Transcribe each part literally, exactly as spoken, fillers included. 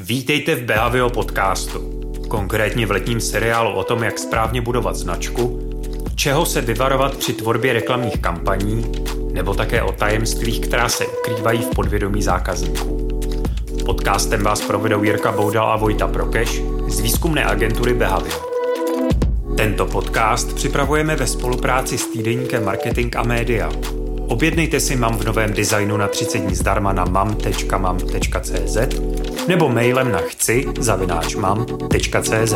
Vítejte v Behavio podcastu, konkrétně v letním seriálu o tom, jak správně budovat značku, čeho se vyvarovat při tvorbě reklamních kampaní, nebo také o tajemstvích, která se ukrývají v podvědomí zákazníků. Podcastem vás provedou Jirka Boudal a Vojta Prokeš z výzkumné agentury Behavio. Tento podcast připravujeme ve spolupráci s týdeníkem Marketing a média. Objednejte si Mam v novém designu na třicet dní zdarma na mam tečka mam tečka cz nebo mailem na chci zavináč mam tečka cz.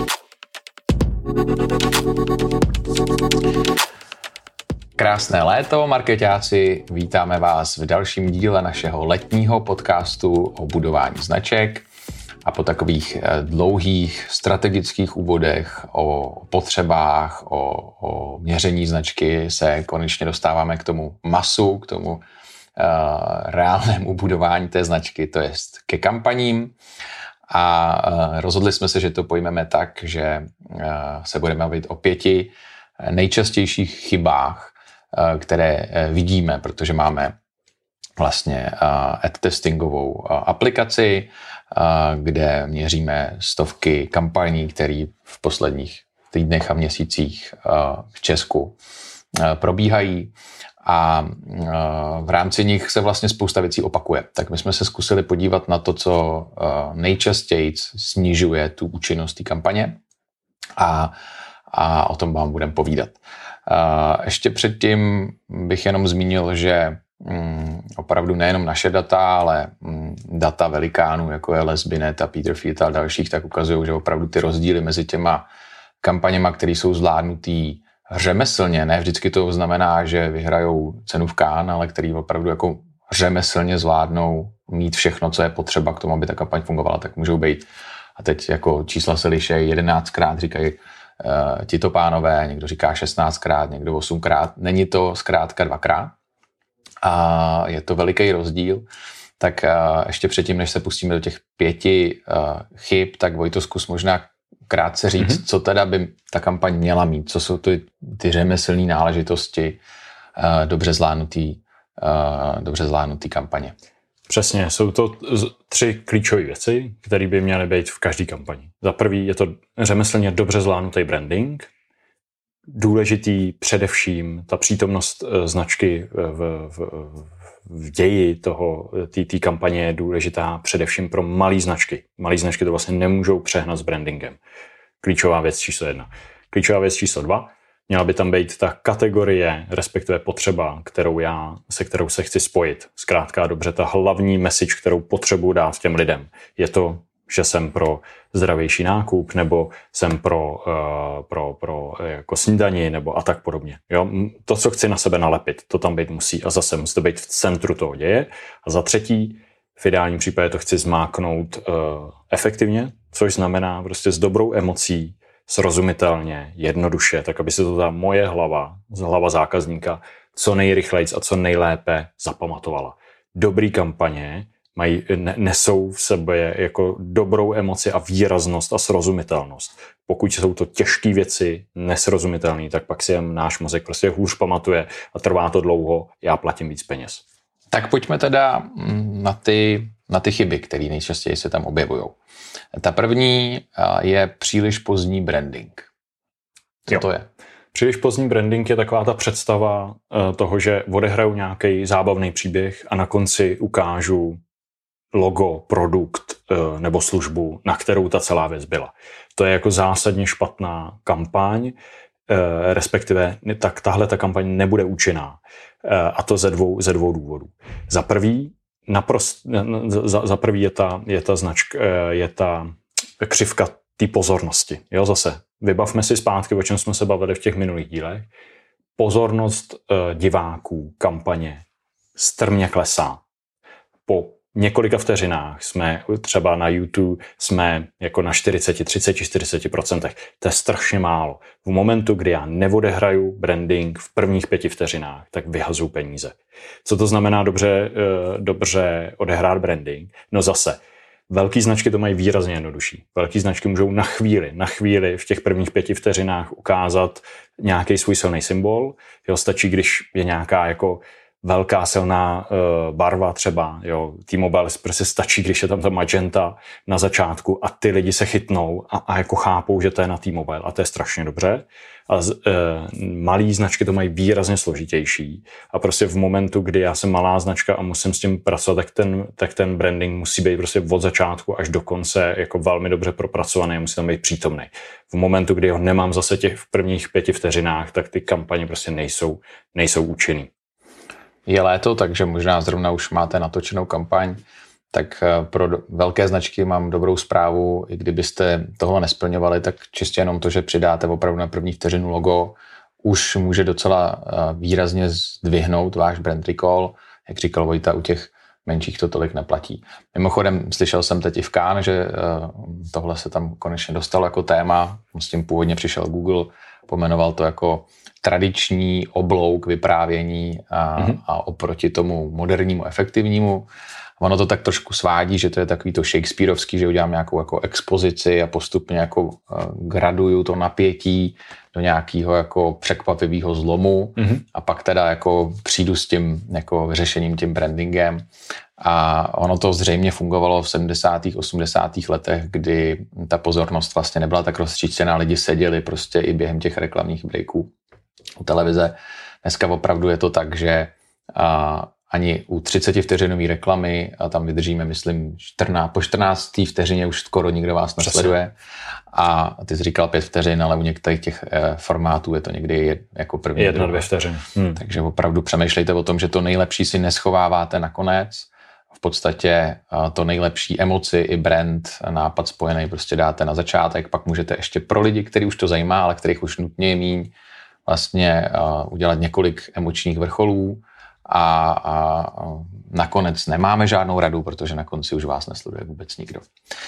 Krásné léto, markeťáci, vítáme vás v dalším díle našeho letního podcastu o budování značek. A po takových dlouhých strategických úvodech o potřebách, o, o měření značky se konečně dostáváme k tomu masu, k tomu uh, reálnému budování té značky, to jest ke kampaním. A uh, rozhodli jsme se, že to pojmeme tak, že uh, se budeme bavit o pěti nejčastějších chybách, uh, které uh, vidíme, protože máme vlastně uh, ad testingovou uh, aplikaci, kde měříme stovky kampaní, které v posledních týdnech a měsících v Česku probíhají a v rámci nich se vlastně spousta věcí opakuje. Tak my jsme se zkusili podívat na to, co nejčastěji snižuje tu účinnost té kampaně a, a o tom vám budeme povídat. Ještě předtím bych jenom zmínil, že Mm, opravdu nejenom naše data, ale mm, data velikánů, jako je Lesbinet a Peter Fiat a dalších, tak ukazují, že opravdu ty rozdíly mezi těma kampaněma, které jsou zvládnutý řemeslně, ne vždycky to znamená, že vyhrajou cenu v Cannes, ale který opravdu jako řemeslně zvládnou mít všechno, co je potřeba k tomu, aby ta kampaň fungovala, tak můžou být. A teď jako čísla se lišejí, jedenáctkrát říkají uh, tito pánové, někdo říká šestnáctkrát, někdo osmkrát. Není to zkrátka dvakrát. A je to veliký rozdíl, tak ještě předtím, než se pustíme do těch pěti chyb, tak Vojto, zkus možná krátce říct, mm-hmm. co teda by ta kampaň měla mít, co jsou ty, ty řemeslné náležitosti dobře zvládnutý, dobře zvládnutý kampaně. Přesně, jsou to tři klíčové věci, které by měly být v každé kampani. Za prvý je to řemeslně dobře zvládnutý branding, důležitý především ta přítomnost značky v, v, v ději toho, té kampaně je důležitá především pro malé značky. Malé značky to vlastně nemůžou přehnat s brandingem. Klíčová věc číslo jedna. Klíčová věc číslo dva. Měla by tam být ta kategorie, respektive potřeba, kterou já, se kterou se chci spojit. Zkrátka dobře, ta hlavní message, kterou potřebuji dát těm lidem. Je to, že jsem pro zdravější nákup, nebo jsem pro, uh, pro, pro jako snídani, nebo a tak podobně. Jo? To, co chci na sebe nalepit, to tam být musí a zase musí to být v centru toho děje. A za třetí, v ideálním případě to chci zmáknout uh, efektivně, což znamená prostě s dobrou emocí, srozumitelně, jednoduše, tak aby se to ta moje hlava, hlava zákazníka, co nejrychlejc a co nejlépe zapamatovala. Dobrý kampaně mají, nesou v sobě jako dobrou emoci a výraznost a srozumitelnost. Pokud jsou to těžké věci, nesrozumitelné, tak pak si jen náš mozek prostě hůř pamatuje a trvá to dlouho, já platím víc peněz. Tak pojďme teda na ty, na ty chyby, které nejčastěji se tam objevují. Ta první je příliš pozdní branding. Co jo. to je? Příliš pozdní branding je taková ta představa toho, že odehraju nějaký zábavný příběh a na konci ukážu logo, produkt nebo službu, na kterou ta celá věc byla. To je jako zásadně špatná kampaň, respektive tak tahle ta kampaň nebude účinná. A to ze dvou, ze dvou důvodů. Za prvý, naprost, za, za prvý je ta, je ta značka, je ta křivka té pozornosti. Jo, zase, vybavme si zpátky, o čem jsme se bavili v těch minulých dílech. Pozornost diváků kampaně strmě klesá. Po několika vteřinách jsme třeba na YouTube jsme jako na čtyřicet, třicet, čtyřicet procent. To je strašně málo. V momentu, kdy já neodehraju branding v prvních pěti vteřinách, tak vyhazuju peníze. Co to znamená dobře, dobře odehrát branding? No zase, velký značky to mají výrazně jednodušší. Velký značky můžou na chvíli, na chvíli v těch prvních pěti vteřinách ukázat nějaký svůj silný symbol. Jo, stačí, když je nějaká jako velká silná uh, barva třeba, jo, T-Mobile prostě stačí, když je tam ta magenta na začátku a ty lidi se chytnou a, a jako chápou, že to je na T-Mobile a to je strašně dobře. A z, uh, malý značky to mají výrazně složitější a prostě v momentu, kdy já jsem malá značka a musím s tím pracovat, tak ten, tak ten branding musí být prostě od začátku až do konce jako velmi dobře propracovaný, musí tam být přítomný. V momentu, kdy ho nemám zase těch v prvních pěti vteřinách, tak ty kampaně prostě nejsou, nejsou účinný. Je léto, takže možná zrovna už máte natočenou kampaň, tak pro velké značky mám dobrou zprávu, i kdybyste toho nesplňovali, tak čistě jenom to, že přidáte opravdu na první vteřinu logo, už může docela výrazně zdvihnout váš brand recall. Jak říkal Vojta, u těch menších to tolik neplatí. Mimochodem, slyšel jsem teď i v Cannes, že tohle se tam konečně dostalo jako téma, s tím původně přišel Google, pomenoval to jako tradiční oblouk vyprávění a, mm-hmm. a oproti tomu modernímu, efektivnímu. Ono to tak trošku svádí, že to je takový to shakespearovský, že udělám nějakou jako expozici a postupně jako uh, graduju to napětí do nějakého jako překvapivého zlomu mm-hmm. a pak teda jako přijdu s tím jako vyřešením, tím brandingem. A ono to zřejmě fungovalo v sedmdesátých osmdesátých letech, kdy ta pozornost vlastně nebyla tak rozčístěná, lidi seděli prostě i během těch reklamních breaků u televize. Dneska opravdu je to tak, že uh, ani u třiceti vteřinové reklamy a tam vydržíme, myslím, čtrnáct, po čtrnácté vteřině už skoro nikdo vás nesleduje. A ty jsi říkal pět vteřin, ale u některých těch eh, formátů je to někdy jed, jako první. Jedna, dvě vteřiny. Hmm. Takže opravdu přemýšlejte o tom, že to nejlepší si neschováváte nakonec. V podstatě eh, to nejlepší emoci i brand, nápad spojený prostě dáte na začátek, pak můžete ještě pro lidi, který už to zajímá, ale kterých už nutně je míň, vlastně eh, udělat několik emočních vrcholů. A, a nakonec nemáme žádnou radu, protože na konci už vás nesleduje vůbec nikdo.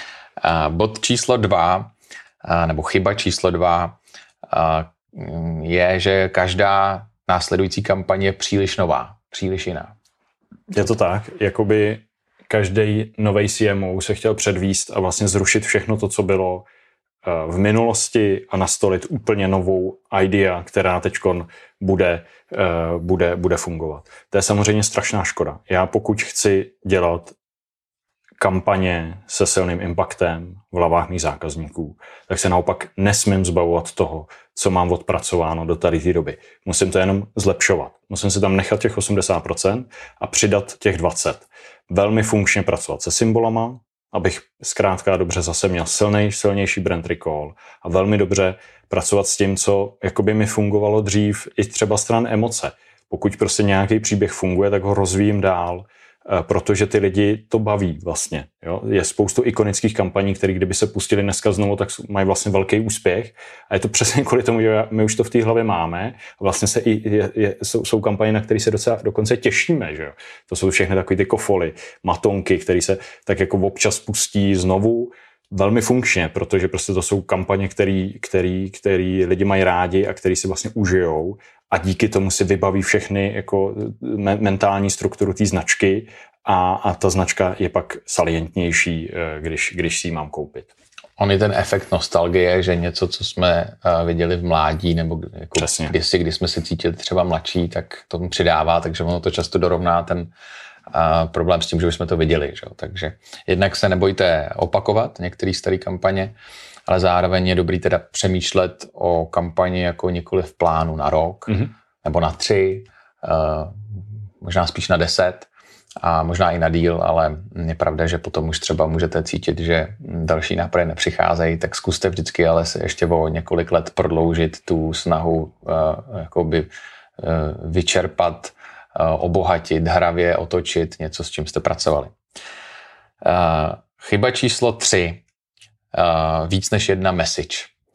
A bod číslo dva, a, nebo chyba číslo dva a, je, že každá následující kampaň je příliš nová, příliš jiná. Je to tak, jakoby každý novej C M O se chtěl předvíst a vlastně zrušit všechno to, co bylo v minulosti a nastolit úplně novou idea, která teďkon bude, bude, bude fungovat. To je samozřejmě strašná škoda. Já pokud chci dělat kampaně se silným impactem v hlavách mých zákazníků, tak se naopak nesmím zbavovat toho, co mám odpracováno do tady té doby. Musím to jenom zlepšovat. Musím si tam nechat těch osmdesát procent a přidat těch dvacet procent. Velmi funkčně pracovat se symbolama, abych zkrátka dobře zase měl silnej, silnější brand recall a velmi dobře pracovat s tím, co jakoby mi fungovalo dřív i třeba stran emoce. Pokud prostě nějaký příběh funguje, tak ho rozvíjím dál, protože ty lidi to baví vlastně. Jo? Je spoustu ikonických kampaní, které kdyby se pustili dneska znovu, tak mají vlastně velký úspěch a je to přesně kvůli tomu, že my už to v té hlavě máme a vlastně se i, je, je, jsou, jsou kampaně, na které se docela dokonce těšíme. Že jo? To jsou všechny takové ty kofoly, matonky, které se tak jako občas pustí znovu velmi funkčně, protože prostě to jsou kampaně, který, který, který lidi mají rádi a který si vlastně užijou a díky tomu si vybaví všechny jako me- mentální strukturu té značky a, a ta značka je pak salientnější, když, když si ji mám koupit. On je ten efekt nostalgie, že něco, co jsme viděli v mládí nebo jako kdysi, kdy jsme se cítili třeba mladší, tak tomu přidává, takže ono to často dorovná ten a problém s tím, že už jsme to viděli. Že? Takže jednak se nebojte opakovat některé staré kampaně, ale zároveň je dobrý teda přemýšlet o kampani jako nikoli v plánu na rok, mm-hmm. nebo na tři, uh, možná spíš na deset a možná i na díl, ale je pravda, že potom už třeba můžete cítit, že další nápoje nepřicházejí, tak zkuste vždycky ale se ještě o několik let prodloužit tu snahu uh, jakoby uh, vyčerpat, obohatit, hravě otočit něco, s čím jste pracovali. Uh, chyba číslo tři. Uh, víc než jedna message.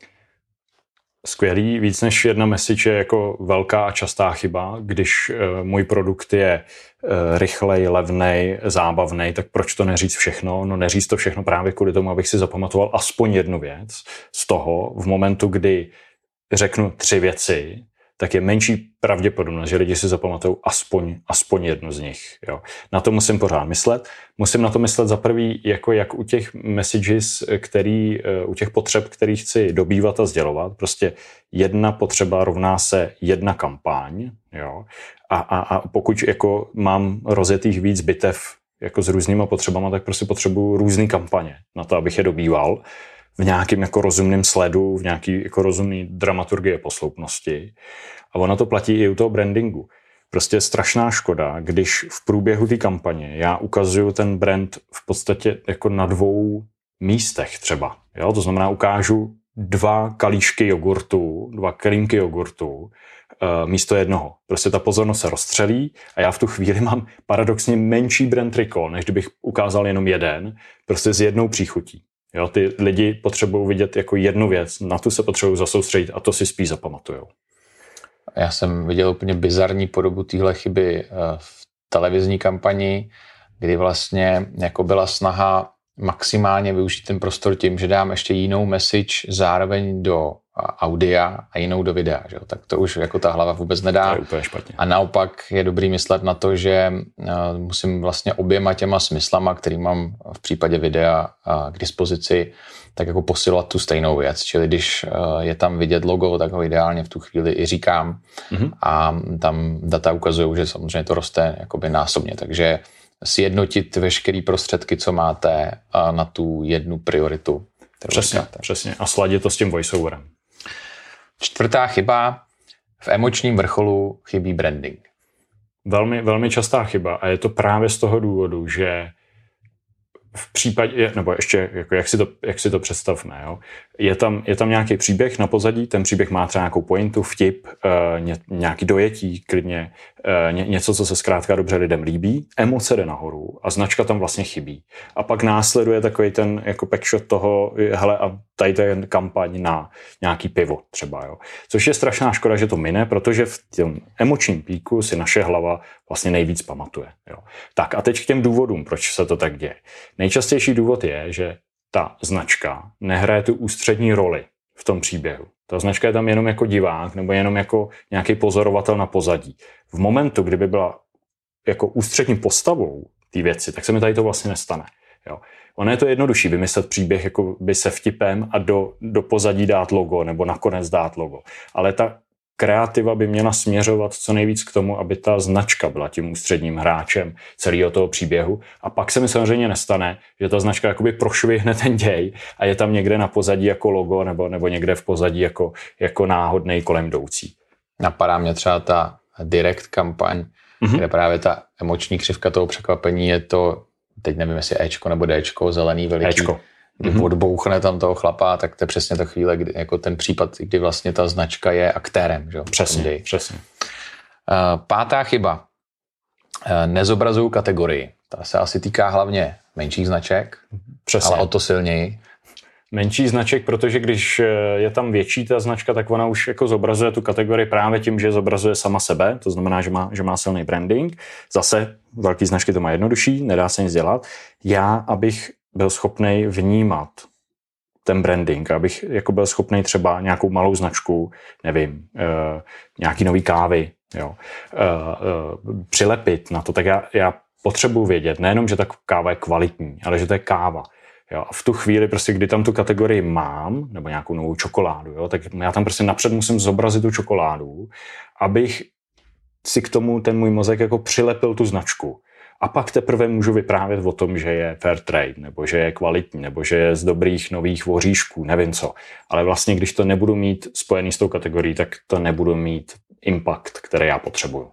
Skvělý. Víc než jedna message je jako velká a častá chyba. Když uh, můj produkt je uh, rychlej, levnej, zábavnej, tak proč to neříct všechno? No neříct to všechno právě kvůli tomu, abych si zapamatoval aspoň jednu věc. Z toho v momentu, kdy řeknu tři věci, tak je menší pravděpodobnost, že lidi si zapamatují aspoň, aspoň jednu z nich. Jo. Na to musím pořád myslet. Musím na to myslet za prvý, jako jak u těch messages, který, u těch potřeb, který chci dobývat a sdělovat. Prostě jedna potřeba rovná se jedna kampaň. Jo. A, a, a pokud jako mám rozjetých víc bitev jako s různýma potřebama, tak prostě potřebuju různý kampaně na to, abych je dobýval v nějakém jako rozumném sledu, v nějaký jako rozumný dramaturgie posloupnosti. A ono to platí i u toho brandingu. Prostě je strašná škoda, když v průběhu té kampaně já ukazuju ten brand v podstatě jako na dvou místech třeba. Jo? To znamená, ukážu dva kalíšky jogurtu, dva kelímky jogurtu uh, místo jednoho. Prostě ta pozornost se rozstřelí a já v tu chvíli mám paradoxně menší brand recall, než kdybych ukázal jenom jeden, prostě s jednou příchutí. Jo? Ty lidi potřebují vidět jako jednu věc, na tu se potřebují zasoustředit a to si spíš zapamatujou. Já jsem viděl úplně bizarní podobu téhle chyby v televizní kampani, kdy vlastně jako byla snaha maximálně využít ten prostor tím, že dám ještě jinou message zároveň do audia a jinou do videa. Že? Tak to už jako ta hlava vůbec nedá. To je úplně špatně. A naopak je dobrý myslet na to, že musím vlastně oběma těma smyslama, který mám v případě videa k dispozici, tak jako posilovat tu stejnou věc. Čili když je tam vidět logo, tak ho ideálně v tu chvíli i říkám. Mm-hmm. A tam data ukazují, že samozřejmě to roste jakoby násobně. Takže sjednotit veškeré prostředky, co máte, na tu jednu prioritu. Přesně, přesně. A sladit to s tím voiceoverem. Čtvrtá chyba. V emočním vrcholu chybí branding. Velmi, velmi častá chyba a je to právě z toho důvodu, že v případě, nebo ještě, jako jak, si to, jak si to představme, jo? Je, tam, je tam nějaký příběh na pozadí, ten příběh má třeba nějakou pointu, vtip, e, ně, nějaký dojetí, klidně e, ně, něco, co se zkrátka dobře lidem líbí, emoce jde nahoru a značka tam vlastně chybí. A pak následuje takový ten jako backshot toho, hele, a tady to je kampaň na nějaký pivo třeba, jo? Což je strašná škoda, že to mine, protože v tom emočním píku si naše hlava vlastně nejvíc pamatuje. Jo? Tak a teď k těm důvodům, proč se to tak děje. Nejčastější důvod je, že ta značka nehraje tu ústřední roli v tom příběhu. Ta značka je tam jenom jako divák nebo jenom jako nějaký pozorovatel na pozadí. V momentu, kdyby byla jako ústřední postavou té věci, tak se mi tady to vlastně nestane. Jo. Ono je to jednodušší vymyslet příběh jako by se vtipem a do, do pozadí dát logo nebo nakonec dát logo. Ale ta kreativa by měla směřovat co nejvíc k tomu, aby ta značka byla tím ústředním hráčem celého toho příběhu. A pak se mi samozřejmě nestane, že ta značka jakoby prošvihne ten děj a je tam někde na pozadí jako logo nebo, nebo někde v pozadí jako, jako náhodnej kolem jdoucí. Napadá mě třeba ta direct kampaň, mm-hmm. kde právě ta emoční křivka toho překvapení je to, teď nevím, jestli Ečko nebo Dčko, zelený veliký. Ečko. Kdy mm-hmm. odbouchne tam toho chlapa, tak to je přesně ta chvíle, kdy, jako ten případ, kdy vlastně ta značka je aktérem. Že? Přesně, přesně. Uh, pátá chyba. Uh, nezobrazují kategorii. Ta se asi týká hlavně menších značek, přesně. Ale o to silněji. Menší značek, protože když je tam větší ta značka, tak ona už jako zobrazuje tu kategorii právě tím, že zobrazuje sama sebe, to znamená, že má, že má silný branding. Zase velký značky to má jednodušší, nedá se nic dělat. Já, abych byl schopný vnímat ten branding, abych jako byl schopný třeba nějakou malou značku, nevím, uh, nějaký nový kávy, jo, uh, uh, přilepit na to, tak já, já potřebuji vědět, nejenom, že ta káva je kvalitní, ale že to je káva. Jo, a v tu chvíli, prostě, kdy tam tu kategorii mám, nebo nějakou novou čokoládu, jo, tak já tam prostě napřed musím zobrazit tu čokoládu, abych si k tomu ten můj mozek jako přilepil tu značku. A pak teprve můžu vyprávět o tom, že je fair trade, nebo že je kvalitní, nebo že je z dobrých nových voříšků, nevím co. Ale vlastně, když to nebudu mít spojený s tou kategorií, tak to nebudu mít impact, který já potřebuju.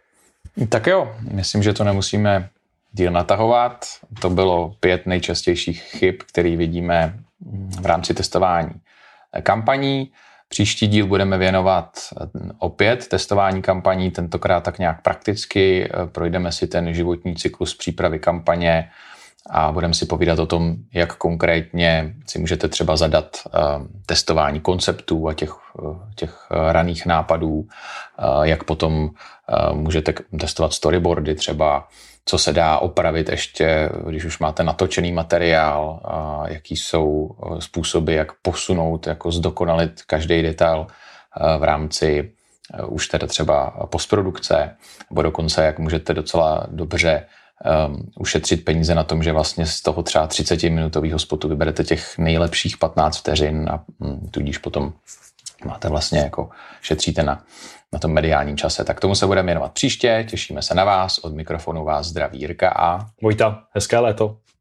Tak jo, myslím, že to nemusíme díl natahovat. To bylo pět nejčastějších chyb, které vidíme v rámci testování kampaní. Příští díl budeme věnovat opět testování kampaní, tentokrát tak nějak prakticky. Projdeme si ten životní cyklus přípravy kampaně a budeme si povídat o tom, jak konkrétně si můžete třeba zadat testování konceptů a těch, těch raných nápadů, jak potom můžete testovat storyboardy třeba, co se dá opravit ještě, když už máte natočený materiál, a jaký jsou způsoby, jak posunout, jako zdokonalit každý detail v rámci už teda třeba postprodukce, nebo dokonce jak můžete docela dobře um, ušetřit peníze na tom, že vlastně z toho třeba třicetiminutového spotu vyberete těch nejlepších patnáct vteřin a um, tudíž potom máte vlastně jako šetříte na, na tom mediálním čase. Tak tomu se budeme věnovat příště, těšíme se na vás, od mikrofonu vás zdraví Jirka a Vojta, hezké léto.